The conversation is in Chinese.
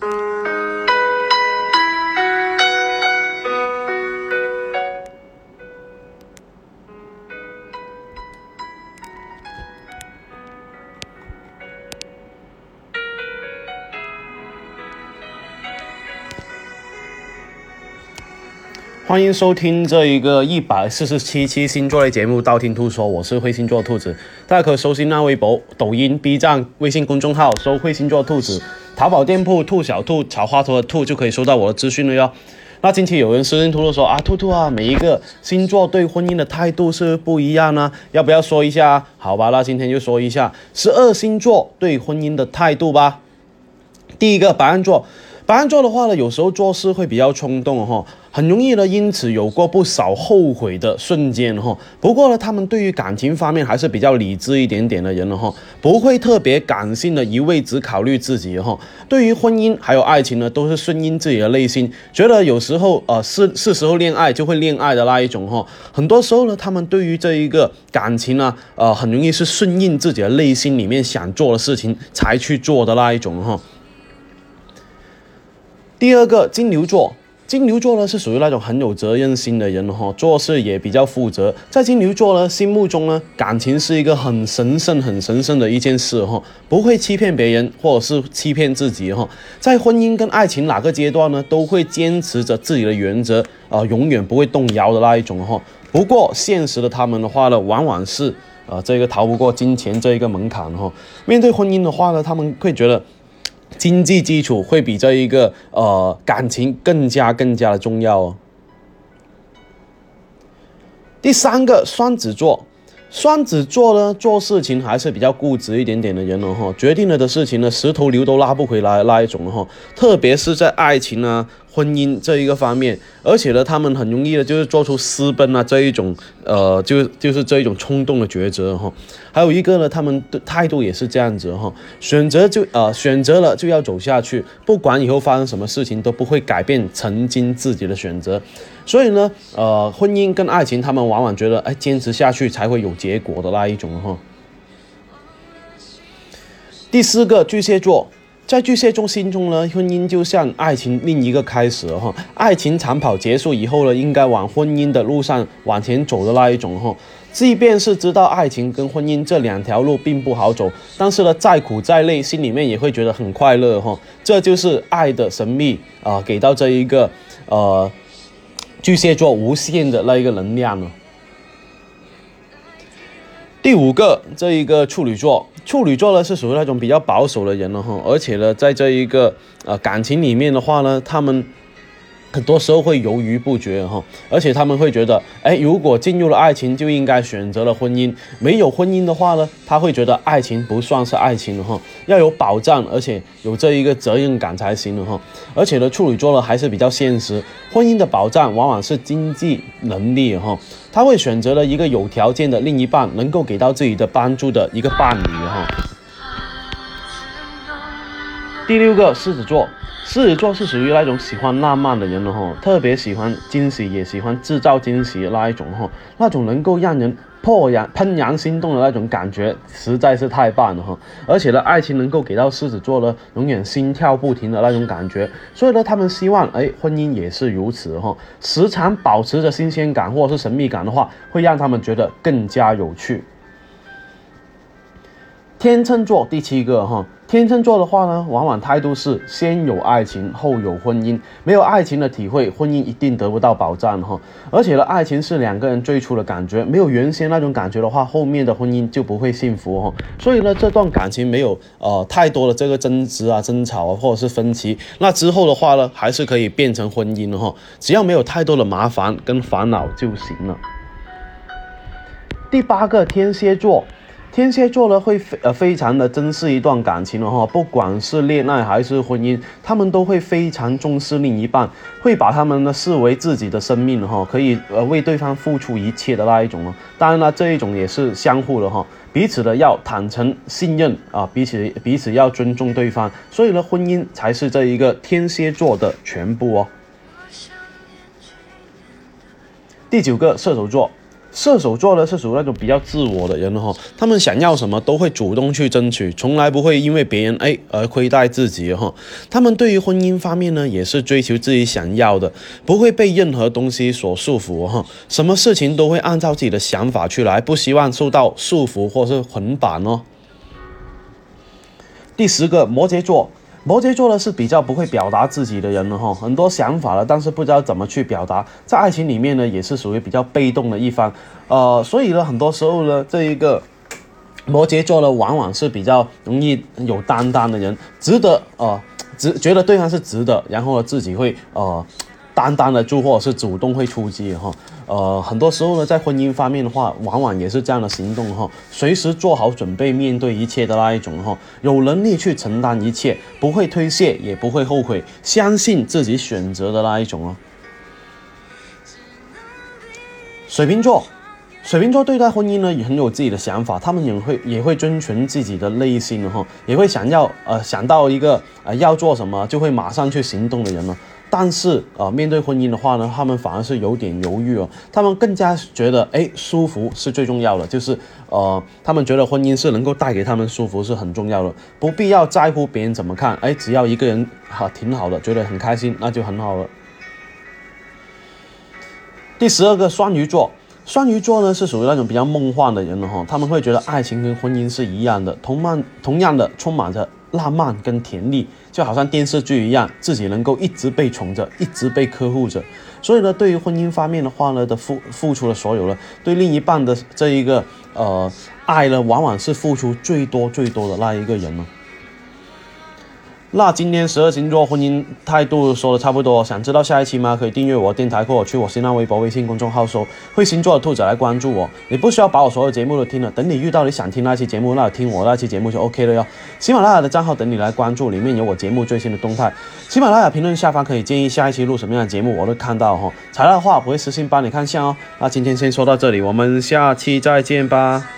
欢迎收听这一个147期星座类节目《道听途说》，我是会星座兔子。大家可以搜新浪微博、抖音、B 站、微信公众号搜会星座兔子，淘宝店铺兔小兔、草花头的兔就可以收到我的资讯了哟。那近期有人私信兔兔说啊，兔兔啊，每一个星座对婚姻的态度是不一样呢，要不要说一下？好吧，那今天就说一下12星座对婚姻的态度吧。第一个，白羊座。白羊座的话呢，有时候做事会比较冲动哈，很容易呢，因此有过不少后悔的瞬间哈。不过呢，他们对于感情方面还是比较理智一点点的人了哈，不会特别感性的一味只考虑自己哈。对于婚姻还有爱情呢，都是顺应自己的内心，觉得有时候是时候恋爱就会恋爱的那一种哈。很多时候呢，他们对于这一个感情呢，很容易是顺应自己的内心里面想做的事情才去做的那一种哈。第二个，金牛座。金牛座呢是属于那种很有责任心的人哈，做事也比较负责。在金牛座呢心目中呢，感情是一个很神圣的一件事哈，不会欺骗别人或者是欺骗自己哈。在婚姻跟爱情哪个阶段呢，都会坚持着自己的原则永远不会动摇的那一种哈。不过现实的他们的话呢，往往是这个逃不过金钱这一个门槛哈。面对婚姻的话呢，他们会觉得经济基础会比这一个感情更加的重要哦。第三个，双子座。双子座呢，做事情还是比较固执一点点的人了哈，决定了的事情呢，石头流都拉不回来那一种哈，特别是在爱情啊、婚姻这一个方面，而且呢，他们很容易的就是做出私奔啊这一种就是这一种冲动的抉择哈。还有一个呢，他们的态度也是这样子哈，选择了就要走下去，不管以后发生什么事情都不会改变曾经自己的选择。所以呢，婚姻跟爱情，他们往往觉得，坚持下去才会有结果的那一种哈。第四个，巨蟹座。在巨蟹座心中呢，婚姻就像爱情另一个开始哈。爱情长跑结束以后呢，应该往婚姻的路上往前走的那一种哈。即便是知道爱情跟婚姻这两条路并不好走，但是呢，再苦再累，心里面也会觉得很快乐哈。这就是爱的神秘给到这一个巨蟹座无限的那一个能量了。第五个，这一个处女座。处女座呢是属于那种比较保守的人了哈，而且呢，在这一个感情里面的话呢，他们很多时候会犹豫不决哈，而且他们会觉得，如果进入了爱情，就应该选择了婚姻；没有婚姻的话呢，他会觉得爱情不算是爱情了哈，要有保障，而且有这一个责任感才行了哈。而且呢，处女座呢还是比较现实，婚姻的保障往往是经济能力哈，他会选择了一个有条件的另一半，能够给到自己的帮助的一个伴侣哈。第六个，狮子座。狮子座是属于那种喜欢浪漫的人了哈，特别喜欢惊喜，也喜欢制造惊喜的那一种哈，那种能够让人怦然心动的那种感觉，实在是太棒了哈。而且呢，爱情能够给到狮子座呢，永远心跳不停的那种感觉，所以呢，他们希望婚姻也是如此哈，时常保持着新鲜感或者是神秘感的话，会让他们觉得更加有趣。天秤座，第七个哈。天秤座的话呢，往往态度是先有爱情后有婚姻，没有爱情的体会，婚姻一定得不到保障哈。而且呢，爱情是两个人最初的感觉，没有原先那种感觉的话，后面的婚姻就不会幸福哈。所以呢，这段感情没有太多的这个争执啊、争吵啊，或者是分歧，那之后的话呢，还是可以变成婚姻的哈，只要没有太多的麻烦跟烦恼就行了。第八个，天蝎座。天蝎座呢会非常的珍视一段感情的哈，不管是恋爱还是婚姻，他们都会非常重视另一半，会把他们呢视为自己的生命哈，可以为对方付出一切的那一种。当然了，这一种也是相互的哈，彼此的要坦诚信任啊，彼此要尊重对方，所以呢，婚姻才是这一个天蝎座的全部哦。第九个，射手座。 射手座呢是属于那种比较自我的人他们想要什么都会主动去争取，从来不会因为别人而亏待自己他们对于婚姻方面呢也是追求自己想要的，不会被任何东西所束缚什么事情都会按照自己的想法去来，不希望受到束缚或是捆绑第10个，摩羯座。摩羯座呢是比较不会表达自己的人很多想法了，但是不知道怎么去表达，在爱情里面呢也是属于比较被动的一方，所以呢很多时候呢这一个摩羯座呢往往是比较容易有担当的人，觉得对方是值得，然后呢自己会担当得住，或者是主动会出击很多时候呢在婚姻方面的话，往往也是这样的行动随时做好准备面对一切的那一种有能力去承担一切，不会推卸也不会后悔，相信自己选择的那一种水瓶座。水瓶座对待婚姻呢也很有自己的想法，他们也会遵循自己的内心也会想到一个要做什么就会马上去行动的人但是面对婚姻的话呢，他们反而是有点犹豫他们更加觉得舒服是最重要的，就是他们觉得婚姻是能够带给他们舒服是很重要的，不必要在乎别人怎么看，只要一个人挺好的，觉得很开心，那就很好了。第12个，双鱼座。双鱼座呢是属于那种比较梦幻的人他们会觉得爱情跟婚姻是一样的，同样的充满着浪漫跟甜蜜，就好像电视剧一样，自己能够一直被宠着，一直被呵护着。所以呢，对于婚姻方面的话呢的付出的所有呢，对另一半的这一个爱呢，往往是付出最多的那一个人那今天12星座婚姻态度说的差不多，想知道下一期吗？可以订阅我的电台，或者去我新浪微博、微信公众号搜会星座的兔子来关注我。你不需要把我所有节目都听了，等你遇到你想听那期节目，那听我那期节目就 OK 了哟。喜马拉雅的账号等你来关注，里面有我节目最新的动态。喜马拉雅评论下方可以建议下一期录什么样的节目，我都看到材料的话我会私信帮你看一下那今天先说到这里，我们下期再见吧。